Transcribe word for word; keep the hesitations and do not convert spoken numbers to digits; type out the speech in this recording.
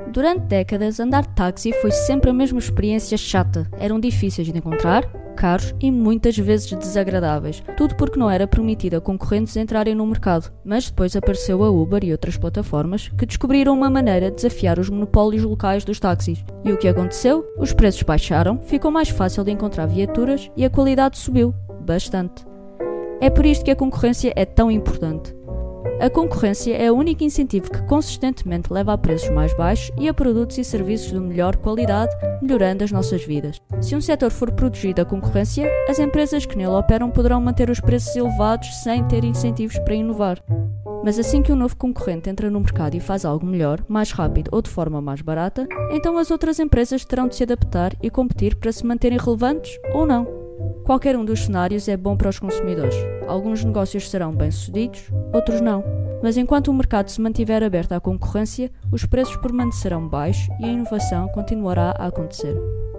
Durante décadas, andar de táxi foi sempre a mesma experiência chata. Eram difíceis de encontrar, caros e muitas vezes desagradáveis. Tudo porque não era permitido a concorrentes entrarem no mercado. Mas depois apareceu a Uber e outras plataformas que descobriram uma maneira de desafiar os monopólios locais dos táxis. E o que aconteceu? Os preços baixaram, ficou mais fácil de encontrar viaturas e a qualidade subiu bastante. É por isto que a concorrência é tão importante. A concorrência é o único incentivo que consistentemente leva a preços mais baixos e a produtos e serviços de melhor qualidade, melhorando as nossas vidas. Se um setor for protegido da concorrência, as empresas que nele operam poderão manter os preços elevados sem ter incentivos para inovar. Mas assim que um novo concorrente entra no mercado e faz algo melhor, mais rápido ou de forma mais barata, então as outras empresas terão de se adaptar e competir para se manterem relevantes ou não. Qualquer um dos cenários é bom para os consumidores. Alguns negócios serão bem-sucedidos, outros não. Mas enquanto o mercado se mantiver aberto à concorrência, os preços permanecerão baixos e a inovação continuará a acontecer.